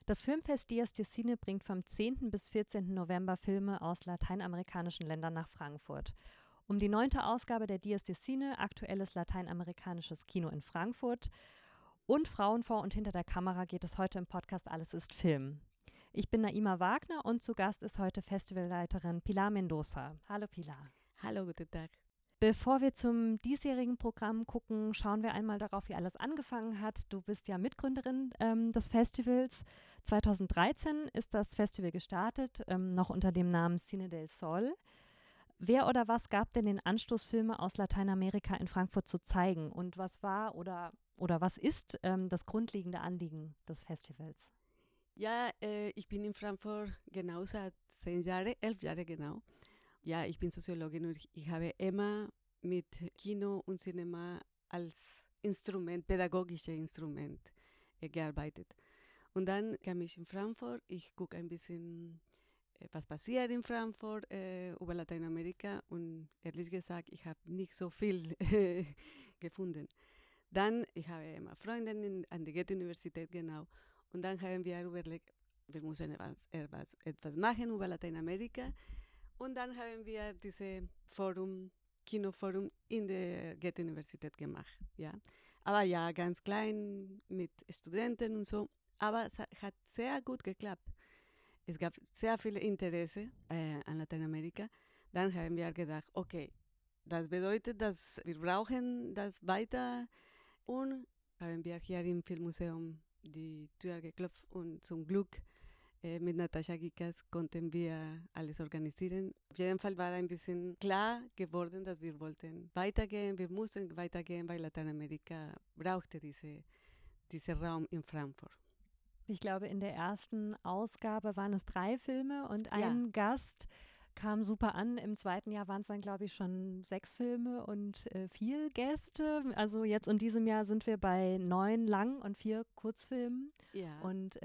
Das Filmfest Dias de Cine bringt vom 10. bis 14. November Filme aus lateinamerikanischen Ländern nach Frankfurt. Um die 9. Ausgabe der Dias de Cine, aktuelles lateinamerikanisches Kino in Frankfurt und Frauen vor und hinter der Kamera geht es heute im Podcast Alles ist Film. Ich bin Naima Wagner und zu Gast ist heute Festivalleiterin Pilar Mendoza. Hallo Pilar. Hallo, guten Tag. Bevor wir zum diesjährigen Programm gucken, schauen wir einmal darauf, wie alles angefangen hat. Du bist ja Mitgründerin des Festivals. 2013 ist das Festival gestartet, noch unter dem Namen Cine del Sol. Wer oder was gab denn den Anstoß, Filme aus Lateinamerika in Frankfurt zu zeigen? Und was war oder was ist das grundlegende Anliegen des Festivals? Ja, ich bin in Frankfurt genau seit 11 Jahre genau. Ja, ich bin Soziologin und ich habe immer mit Kino und Cinema als Instrument, pädagogisches Instrument gearbeitet. Und dann kam ich in Frankfurt, ich gucke ein bisschen, was passiert in Frankfurt über Lateinamerika und ehrlich gesagt, ich habe nicht so viel gefunden. Dann, ich habe immer Freundinnen an der Goethe-Universität, genau. Und dann haben wir überlegt, wir müssen etwas machen über Lateinamerika. Und dann haben wir dieses Kinoforum in der Goethe-Universität gemacht. Ja. Aber ja, ganz klein mit Studenten und so. Aber es hat sehr gut geklappt. Es gab sehr viel Interesse an Lateinamerika. Dann haben wir gedacht, okay, das bedeutet, dass wir brauchen das weiter. Und haben wir hier im Filmmuseum die Tür geklopft und zum Glück mit Natascha Gikas konnten wir alles organisieren. Auf jeden Fall war ein bisschen klar geworden, dass wir wollten weitergehen. Wir mussten weitergehen, weil Lateinamerika brauchte diesen Raum in Frankfurt. Ich glaube, in der ersten Ausgabe waren es 3 Filme und ein Gast kam super an. Im zweiten Jahr waren es dann, glaube ich, schon 6 Filme und 4 Gäste. Also jetzt in diesem Jahr sind wir bei 9 Lang- und 4 Kurzfilmen. Ja. Und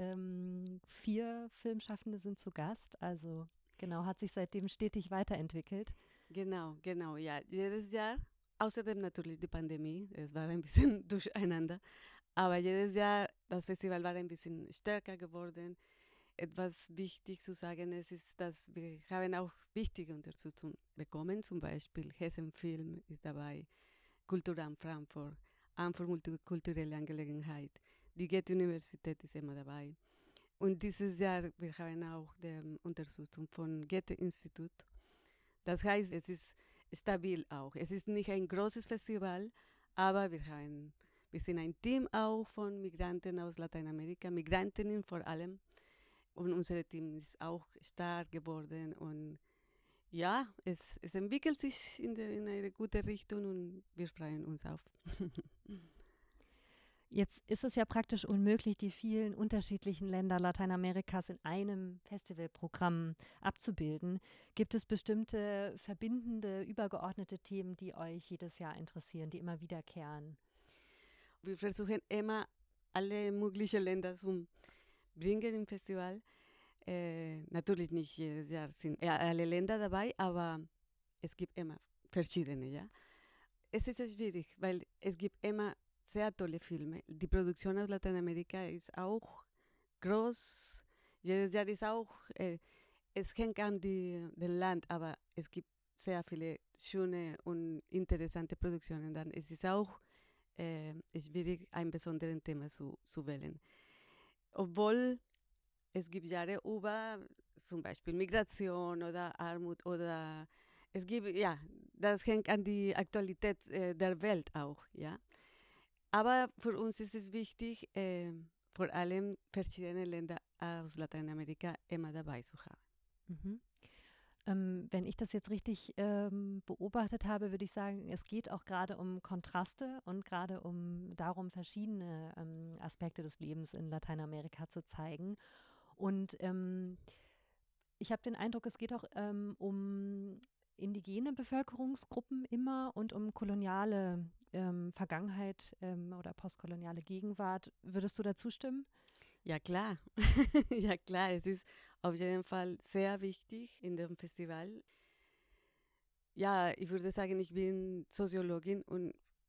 4 Filmschaffende sind zu Gast. Also genau, hat sich seitdem stetig weiterentwickelt. Genau, ja. Jedes Jahr, außerdem natürlich die Pandemie, es war ein bisschen durcheinander, aber jedes Jahr, das Festival war ein bisschen stärker geworden. Etwas wichtig zu sagen ist, dass wir haben auch wichtige Unterstützung bekommen, zum Beispiel Hessen Film ist dabei, Kulturamt Frankfurt, Amt für multikulturelle Angelegenheit, die Goethe-Universität ist immer dabei. Und dieses Jahr, wir haben auch die Unterstützung von Goethe-Institut. Das heißt, es ist stabil auch. Es ist nicht ein großes Festival, aber wir sind ein Team auch von Migranten aus Lateinamerika, Migrantinnen vor allem. Und unser Team ist auch stark geworden und ja, es entwickelt sich in eine gute Richtung und wir freuen uns auf. Jetzt ist es ja praktisch unmöglich, die vielen unterschiedlichen Länder Lateinamerikas in einem Festivalprogramm abzubilden. Gibt es bestimmte verbindende, übergeordnete Themen, die euch jedes Jahr interessieren, die immer wiederkehren? Wir versuchen immer, alle möglichen Länder zu bringen im Festival. Natürlich nicht jedes Jahr sind alle Länder dabei, aber es gibt immer verschiedene. Ja? Es ist schwierig, weil es gibt immer sehr tolle Filme. Die Produktion aus Lateinamerika ist auch groß. Jedes Jahr ist auch, es hängt an dem Land, aber es gibt sehr viele schöne und interessante Produktionen. Dann es ist auch schwierig, ein besonderes Thema zu wählen. Obwohl es gibt Jahre über zum Beispiel Migration oder Armut oder es gibt, ja, das hängt an die Aktualität der Welt auch, ja. Aber für uns ist es wichtig, vor allem verschiedene Länder aus Lateinamerika immer dabei zu haben. Mhm. Wenn ich das jetzt richtig beobachtet habe, würde ich sagen, es geht auch gerade um Kontraste und gerade darum, verschiedene Aspekte des Lebens in Lateinamerika zu zeigen. Und ich habe den Eindruck, es geht auch um indigene Bevölkerungsgruppen immer und um koloniale Vergangenheit oder postkoloniale Gegenwart. Würdest du dazu stimmen? Ja, klar. Ja, klar. Es ist auf jeden Fall sehr wichtig in dem Festival. Ja, ich würde sagen, ich bin Soziologin und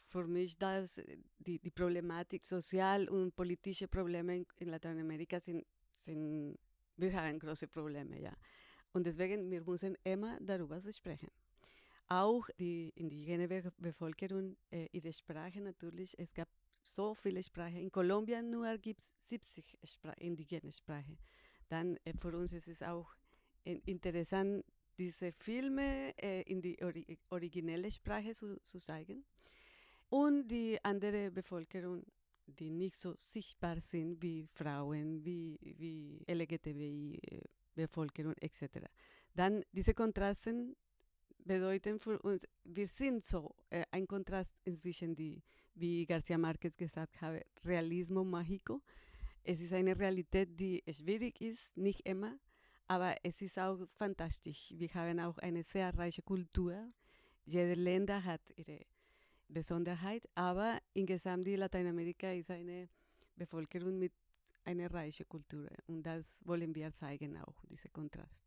für mich, dass die Problematik, sozial und politische Probleme in Lateinamerika sind, wir haben große Probleme, ja. Und deswegen, wir müssen immer darüber sprechen. Auch die indigene Bevölkerung, ihre Sprache natürlich, es gab so viele Sprachen. In Kolumbien nur gibt es 70 indigene Sprachen. Dann für uns ist es auch interessant, diese Filme in die originelle Sprache zu zeigen. Und die andere Bevölkerung, die nicht so sichtbar sind wie Frauen, wie LGTBI-Bevölkerung etc. Dann diese Kontraste bedeuten für uns, wir sind so ein Kontrast zwischen die, wie García Márquez gesagt habe, Realismo Mágico. Es ist eine Realität, die schwierig ist, nicht immer, aber es ist auch fantastisch. Wir haben auch eine sehr reiche Kultur. Jede Länder hat ihre Besonderheit, aber insgesamt die Lateinamerika ist eine Bevölkerung mit einer reichen Kultur und das wollen wir zeigen auch, dieser Kontrast.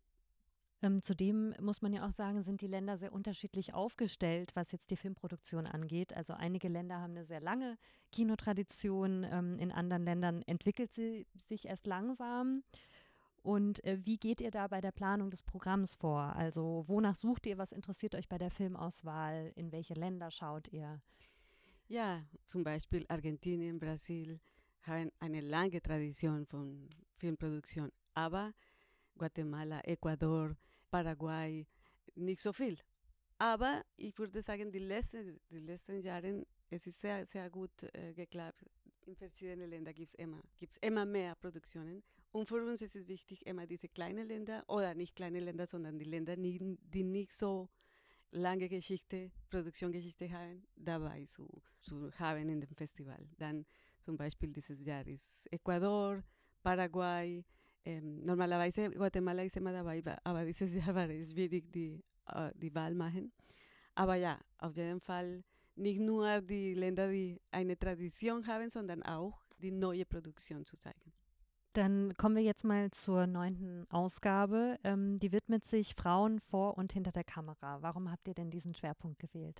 Zudem muss man ja auch sagen, sind die Länder sehr unterschiedlich aufgestellt, was jetzt die Filmproduktion angeht. Also einige Länder haben eine sehr lange Kinotradition, in anderen Ländern entwickelt sie sich erst langsam. Und wie geht ihr da bei der Planung des Programms vor? Also wonach sucht ihr, was interessiert euch bei der Filmauswahl, in welche Länder schaut ihr? Ja, zum Beispiel Argentinien, Brasil haben eine lange Tradition von Filmproduktion, aber Guatemala, Ecuador, Paraguay, nicht so viel. Aber ich würde sagen, die letzten Jahre, es ist sehr, sehr gut geklappt. In verschiedenen Ländern gibt's immer mehr Produktionen. Und für uns ist es wichtig, immer diese kleinen Länder, oder nicht kleine Länder, sondern die Länder, die nicht so lange Produktionsgeschichte haben, dabei zu haben in dem Festival. Dann zum Beispiel dieses Jahr ist Ecuador, Paraguay, normalerweise Guatemala ist immer dabei, aber dieses Jahr war es schwierig, die Wahl machen. Aber ja, auf jeden Fall nicht nur die Länder, die eine Tradition haben, sondern auch die neue Produktion zu zeigen. Dann kommen wir jetzt mal zur 9. Ausgabe. Die widmet sich Frauen vor und hinter der Kamera. Warum habt ihr denn diesen Schwerpunkt gewählt?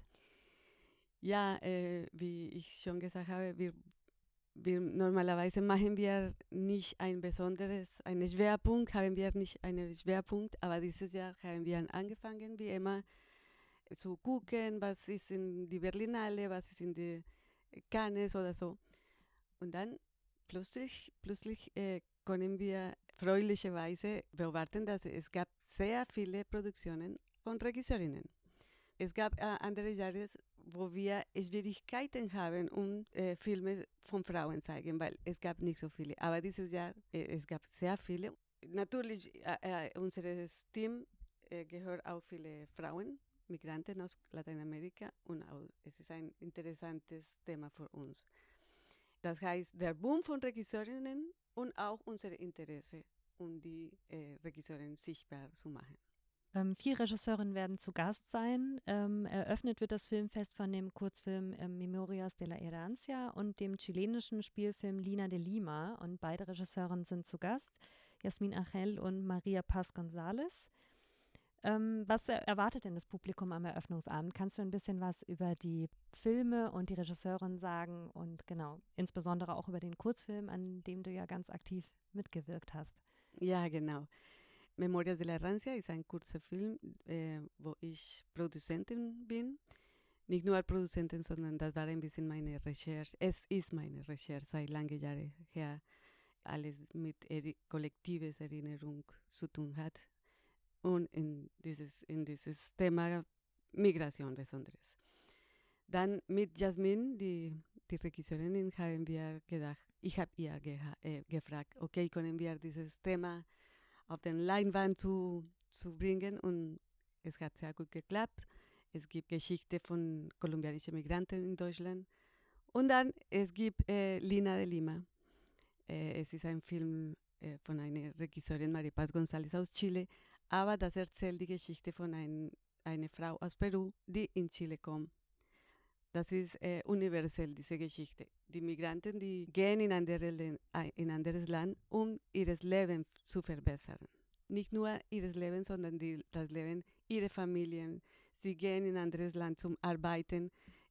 Ja, wie ich schon gesagt habe, wir normalerweise machen wir nicht einen Schwerpunkt, haben wir nicht einen Schwerpunkt, aber dieses Jahr haben wir angefangen, wie immer, zu gucken, was ist in die Berlinale, was ist in die Cannes oder so. Und dann plötzlich können wir freulicherweise beobachten, dass es gab sehr viele Produktionen von Regisseurinnen. Es gab andere Jahre, wo wir Schwierigkeiten haben, Filme von Frauen zu zeigen, weil es gab nicht so viele. Aber dieses Jahr, es gab sehr viele. Natürlich, unser Team gehört auch viele Frauen, Migranten aus Lateinamerika und es ist ein interessantes Thema für uns. Das heißt, der Boom von Regisseurinnen und auch unser Interesse, die Regisseurinnen sichtbar zu machen. 4 Regisseurinnen werden zu Gast sein. Eröffnet wird das Filmfest von dem Kurzfilm Memorias de la Herencia und dem chilenischen Spielfilm Lina de Lima. Und beide Regisseurinnen sind zu Gast, Yasmin Ángel und Maria Paz González. Was erwartet denn das Publikum am Eröffnungsabend? Kannst du ein bisschen was über die Filme und die Regisseurin sagen und genau, insbesondere auch über den Kurzfilm, an dem du ja ganz aktiv mitgewirkt hast? Ja, genau. Memorias de la Herencia ist ein kurzer Film, wo ich Produzentin bin. Nicht nur Produzentin, sondern das war ein bisschen meine Recherche. Es ist meine Recherche seit langen Jahren her, alles mit kollektives Erinnerung zu tun hat. Und in dieses Thema Migration besonders. Dann mit Jasmin, die Regisseurin, haben wir gedacht, ich habe ihr gefragt, okay, können wir dieses Thema auf den Leinwand zu bringen und es hat sehr gut geklappt. Es gibt Geschichte von kolumbianischen Migranten in Deutschland und dann es gibt Lina de Lima. Es ist ein Film von einer Regisseurin, Maria Paz González aus Chile, aber das erzählt die Geschichte von einer Frau aus Peru, die in Chile kommt. Das ist universell, diese Geschichte. Die Migranten, die gehen in ein anderes Land, um ihr Leben zu verbessern. Nicht nur ihr Leben, sondern das Leben ihrer Familien. Sie gehen in ein anderes Land zum Arbeiten.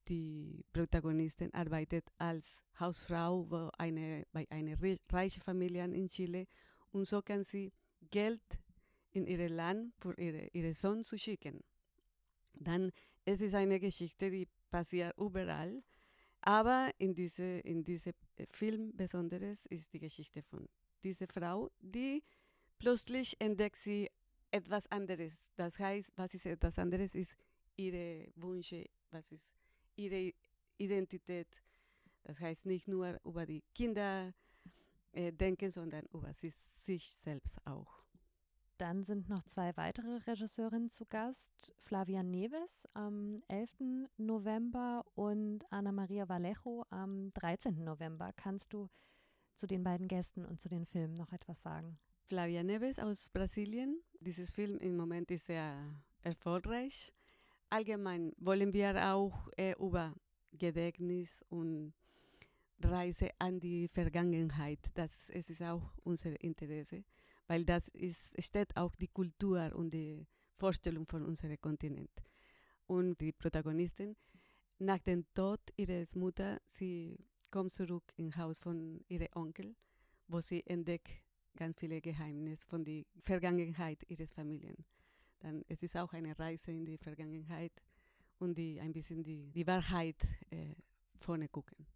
die Protagonistin arbeitet als Hausfrau bei einer reichen Familie in Chile und so kann sie Geld in ihr Land für ihren Sohn zu schicken. Dann es ist eine Geschichte, die passiert überall, aber in diese Film Besonderes ist die Geschichte von dieser Frau, die plötzlich entdeckt sie etwas anderes. Das heißt, was ist etwas anderes, ist ihre Wünsche, was ist ihre Identität. Das heißt nicht nur über die Kinder denken, sondern über sich selbst auch. Dann sind noch 2 weitere Regisseurinnen zu Gast. Flavia Neves am 11. November und Ana Maria Vallejo am 13. November. Kannst du zu den beiden Gästen und zu den Filmen noch etwas sagen? Flavia Neves aus Brasilien. Dieses Film im Moment ist sehr erfolgreich. Allgemein wollen wir auch über Gedächtnis und Reise an die Vergangenheit. Es ist auch unser Interesse, weil steht auch die Kultur und die Vorstellung von unserem Kontinent. Und die Protagonistin, nach dem Tod ihres Mutter, sie kommt zurück ins Haus von ihrem Onkel, wo sie entdeckt ganz viele Geheimnisse von der Vergangenheit ihres Familien. Dann es ist auch eine Reise in die Vergangenheit und ein bisschen die Wahrheit vorne gucken.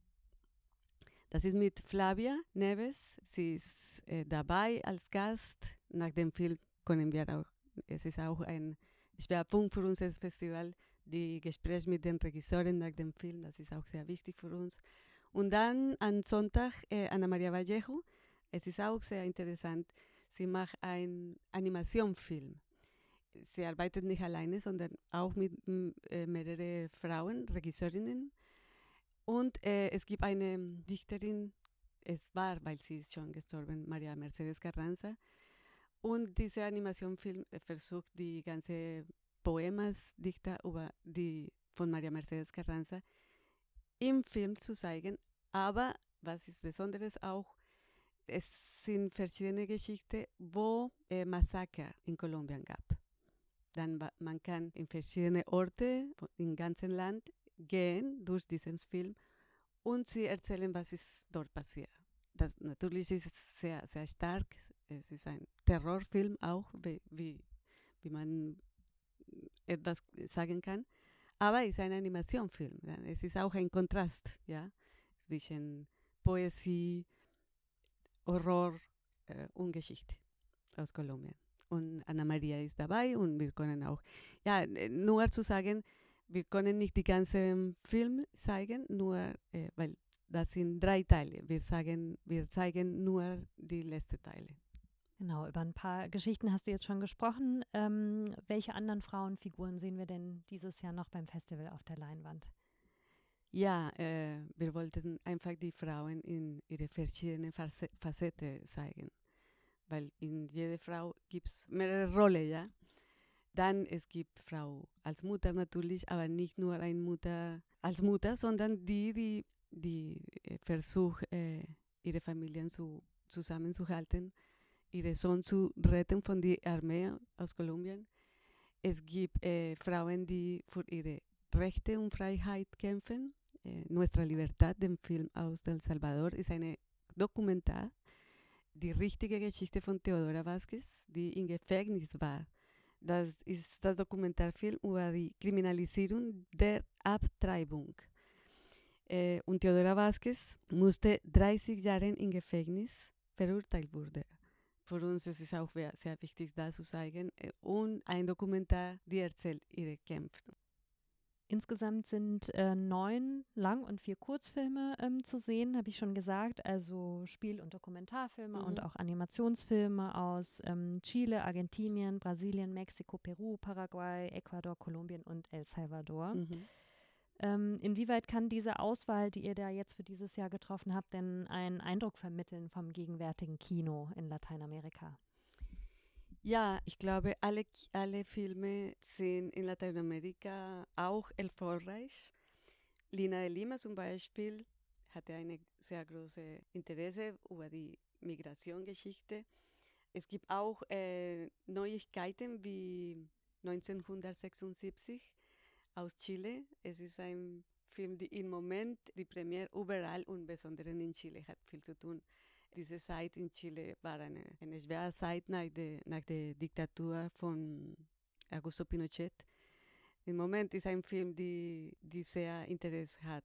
Das ist mit Flavia Neves. Sie ist dabei als Gast. Nach dem Film können wir auch, es ist auch ein Schwerpunkt für unser Festival, die Gespräche mit den Regisseuren nach dem Film. Das ist auch sehr wichtig für uns. Und dann am Sonntag Ana Maria Vallejo. Es ist auch sehr interessant. Sie macht einen Animationsfilm. Sie arbeitet nicht alleine, sondern auch mit mehreren Frauen, Regisseurinnen. Und es gibt eine Dichterin, es war, weil sie ist schon gestorben, Maria Mercedes Carranza. Und dieser Animationsfilm versucht die ganze Poemas, Dichter von Maria Mercedes Carranza im Film zu zeigen. Aber was ist Besonderes auch, es sind verschiedene Geschichten, wo Massaker in Kolumbien gab. Dann man kann in verschiedene Orte im ganzen Land gehen durch diesen Film und sie erzählen, was ist dort passiert. Das natürlich ist es sehr, sehr stark. Es ist ein Terrorfilm auch, wie man etwas sagen kann. Aber es ist ein Animationsfilm. Ja. Es ist auch ein Kontrast, ja, zwischen Poesie, Horror und Geschichte aus Kolumbien. Und Ana Maria ist dabei und wir können auch, ja, nur zu sagen, wir können nicht den ganzen Film zeigen, nur, weil das sind 3 Teile. Wir zeigen nur die letzten Teile. Genau, über ein paar Geschichten hast du jetzt schon gesprochen. Welche anderen Frauenfiguren sehen wir denn dieses Jahr noch beim Festival auf der Leinwand? Ja, wir wollten einfach die Frauen in ihre verschiedenen Facetten zeigen, weil in jeder Frau gibt es mehrere Rollen, ja. Dann es gibt Frau als Mutter natürlich, aber nicht nur eine Mutter als Mutter, sondern die versucht, ihre Familien zusammenzuhalten, ihren Sohn zu retten von der Armee aus Kolumbien. Es gibt Frauen, die für ihre Rechte und Freiheit kämpfen. Nuestra Libertad, dem Film aus El Salvador, ist eine Dokumentar, die richtige Geschichte von Theodora Vázquez, die im Gefängnis war. Das ist das Dokumentarfilm über die Kriminalisierung der Abtreibung. Und Theodora Vázquez musste 30 Jahre im Gefängnis verurteilt werden. Für uns ist es auch sehr wichtig, das zu zeigen. Und ein Dokumentar, die erzählt ihre Kämpfe. Insgesamt sind 9 Lang- und 4 Kurzfilme zu sehen, habe ich schon gesagt. Also Spiel- und Dokumentarfilme und auch Animationsfilme aus Chile, Argentinien, Brasilien, Mexiko, Peru, Paraguay, Ecuador, Kolumbien und El Salvador. Inwieweit kann diese Auswahl, die ihr da jetzt für dieses Jahr getroffen habt, denn einen Eindruck vermitteln vom gegenwärtigen Kino in Lateinamerika? Ja, ich glaube, alle Filme sind in Lateinamerika auch erfolgreich. Lina de Lima zum Beispiel hatte eine sehr große Interesse über die Migrationsgeschichte. Es gibt auch Neuigkeiten wie 1976 aus Chile. Es ist ein Film, die im Moment die Premiere überall und besonders in Chile hat viel zu tun. Diese Zeit in Chile war eine schwere Zeit nach der Diktatur von Augusto Pinochet. Im Moment ist ein Film, die sehr Interesse hat.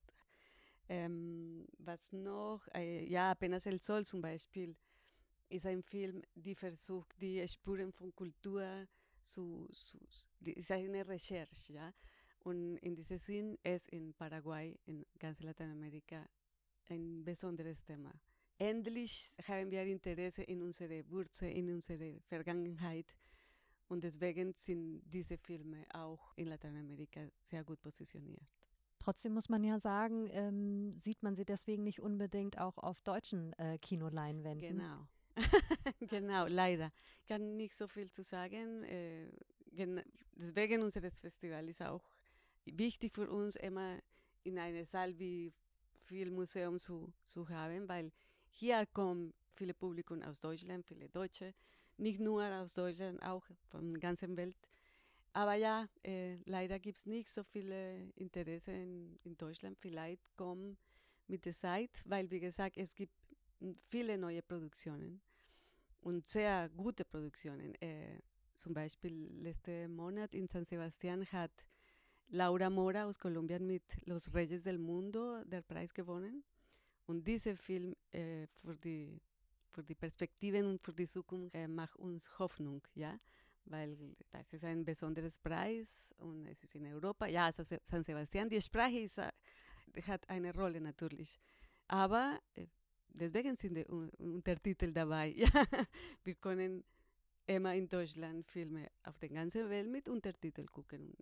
Was noch? Ja, Apenas el Sol zum Beispiel ist ein Film, die versucht, die Spuren von Kultur ist eine Recherche, ja. Und in diesem Sinn ist in Paraguay, in ganz Lateinamerika, ein besonderes Thema. Endlich haben wir Interesse in unsere Wurzeln, in unsere Vergangenheit. Und deswegen sind diese Filme auch in Lateinamerika sehr gut positioniert. Trotzdem muss man ja sagen, sieht man sie deswegen nicht unbedingt auch auf deutschen Kinoleinwänden. Genau. Genau, leider. Ich kann nicht so viel zu sagen. Deswegen unseres Festival ist auch wichtig für uns, immer in einem Saal wie Filmmuseum zu haben, weil hier kommen viele Publikum aus Deutschland, viele Deutsche, nicht nur aus Deutschland, auch von der ganzen Welt. Aber ja, leider gibt es nicht so viel Interesse in Deutschland. Vielleicht kommen mit der Zeit, weil, wie gesagt, es gibt viele neue Produktionen und sehr gute Produktionen. Zum Beispiel letzten Monat in San Sebastián hat Laura Mora aus Kolumbien mit Los Reyes del Mundo den Preis gewonnen. Und dieser Film für die Perspektiven und für die Zukunft macht uns Hoffnung, ja, weil das ist ein besonderes Preis und es ist in Europa. Ja, San Sebastián, die Sprache hat eine Rolle natürlich, aber deswegen sind die Untertitel dabei. Ja. Wir können immer in Deutschland Filme auf der ganzen Welt mit Untertiteln gucken.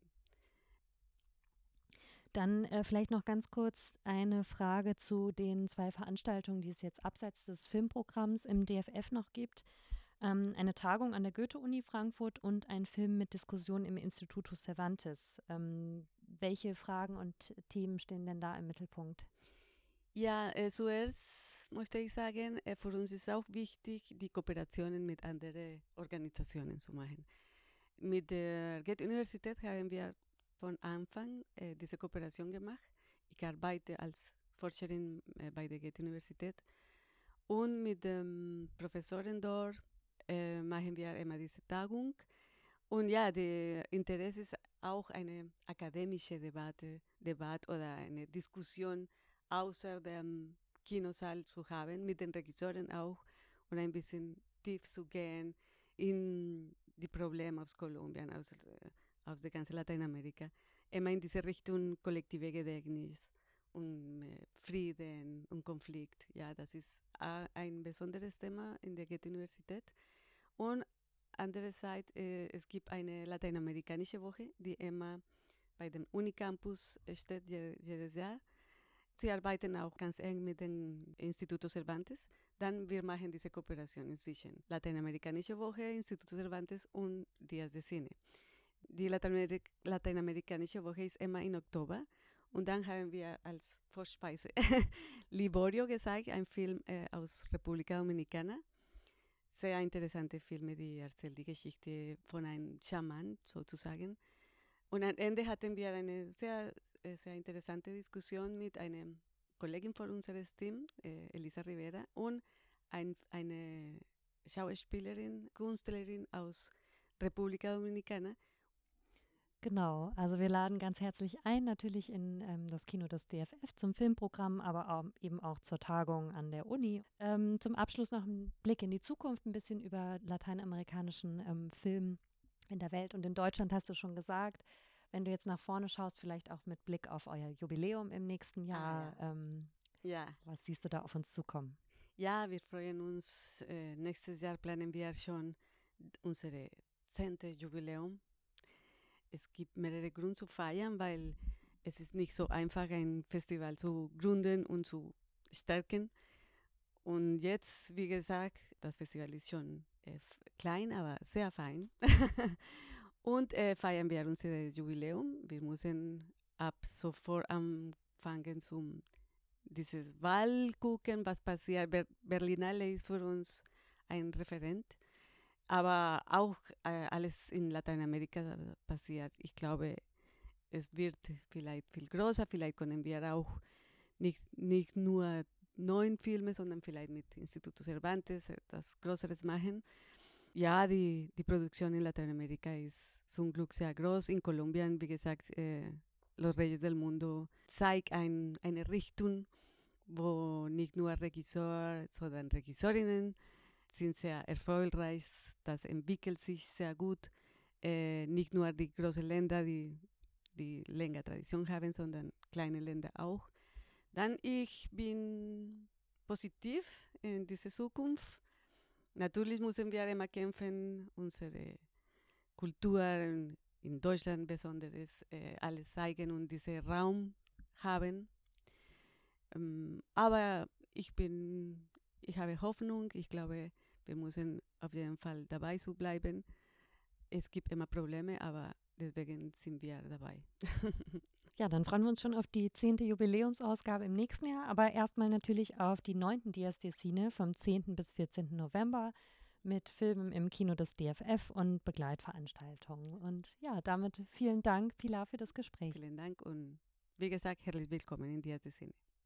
Dann vielleicht noch ganz kurz eine Frage zu den 2 Veranstaltungen, die es jetzt abseits des Filmprogramms im DFF noch gibt. Eine Tagung an der Goethe-Uni Frankfurt und ein Film mit Diskussion im Instituto Cervantes. Welche Fragen und Themen stehen denn da im Mittelpunkt? Ja, zuerst möchte ich sagen, für uns ist auch wichtig, die Kooperationen mit anderen Organisationen zu machen. Mit der Goethe-Universität haben wir von Anfang diese Kooperation gemacht. Ich arbeite als Forscherin bei der Goethe-Universität und mit den Professoren dort machen wir immer diese Tagung. Und ja, der Interesse ist auch eine akademische Debatte oder eine Diskussion außer dem Kinosaal zu haben, mit den Regisseuren auch und ein bisschen tief zu gehen in die Probleme aus Kolumbien, aus der ganzen Lateinamerika. Immer in diese Richtung kollektive Gedächtnis und Frieden und Konflikt. Ja, das ist ein besonderes Thema in der Goethe-Universität. Und andererseits, es gibt eine lateinamerikanische Woche, die immer bei dem Unicampus steht jedes Jahr. Sie arbeiten auch ganz eng mit dem Instituto Cervantes. Dann wir machen diese Kooperation zwischen Lateinamerikanische Woche, Instituto Cervantes und Días de Cine. Die Lateinamerikanische Woche ist immer im Oktober. Und dann haben wir als Vorspeise Liborio gezeigt, ein Film aus República Dominicana. Sehr interessante Filme, die erzählen die Geschichte von einem Schaman sozusagen. Und am Ende hatten wir eine sehr, sehr interessante Diskussion mit einer Kollegin von unserem Team, Elisa Rivera, und eine Schauspielerin, Künstlerin aus República Dominicana. Genau, also wir laden ganz herzlich ein, natürlich in das Kino des DFF zum Filmprogramm, aber eben auch zur Tagung an der Uni. Zum Abschluss noch ein Blick in die Zukunft, ein bisschen über lateinamerikanischen Film in der Welt und in Deutschland hast du schon gesagt. Wenn du jetzt nach vorne schaust, vielleicht auch mit Blick auf euer Jubiläum im nächsten Jahr, ja. Was siehst du da auf uns zukommen? Ja, wir freuen uns. Nächstes Jahr planen wir schon unser 10. Jubiläum. Es gibt mehrere Gründe zu feiern, weil es ist nicht so einfach, ein Festival zu gründen und zu stärken. Und jetzt, wie gesagt, das Festival ist schon klein, aber sehr fein. Und feiern wir unser Jubiläum. Wir müssen ab sofort anfangen dieses Wahl gucken, was passiert. Berlinale ist für uns ein Referent. Aber auch alles in Lateinamerika passiert. Ich glaube, es wird vielleicht viel größer, vielleicht können wir auch nicht nur 9 Filme, sondern vielleicht mit Instituto Cervantes etwas Größeres machen. Ja, die Produktion in Lateinamerika ist zum Glück sehr groß. In Kolumbien, wie gesagt, Los Reyes del Mundo zeigt eine Richtung, wo nicht nur Regisseur, sondern Regisseurinnen sind sehr erfolgreich. Das entwickelt sich sehr gut. Nicht nur die großen Länder, die länger Tradition haben, sondern kleine Länder auch. Dann ich bin positiv in diese Zukunft. Natürlich müssen wir immer kämpfen, unsere Kultur in Deutschland besonders alles zeigen und diesen Raum haben. Aber ich habe Hoffnung. Ich glaube, wir müssen auf jeden Fall dabei zu bleiben. Es gibt immer Probleme, aber deswegen sind wir dabei. Ja, dann freuen wir uns schon auf die 10. Jubiläumsausgabe im nächsten Jahr, aber erstmal natürlich auf die 9. Dias de Cine vom 10. bis 14. November mit Filmen im Kino des DFF und Begleitveranstaltungen. Und ja, damit vielen Dank, Pilar, für das Gespräch. Vielen Dank und wie gesagt, herzlich willkommen in Dias de Cine.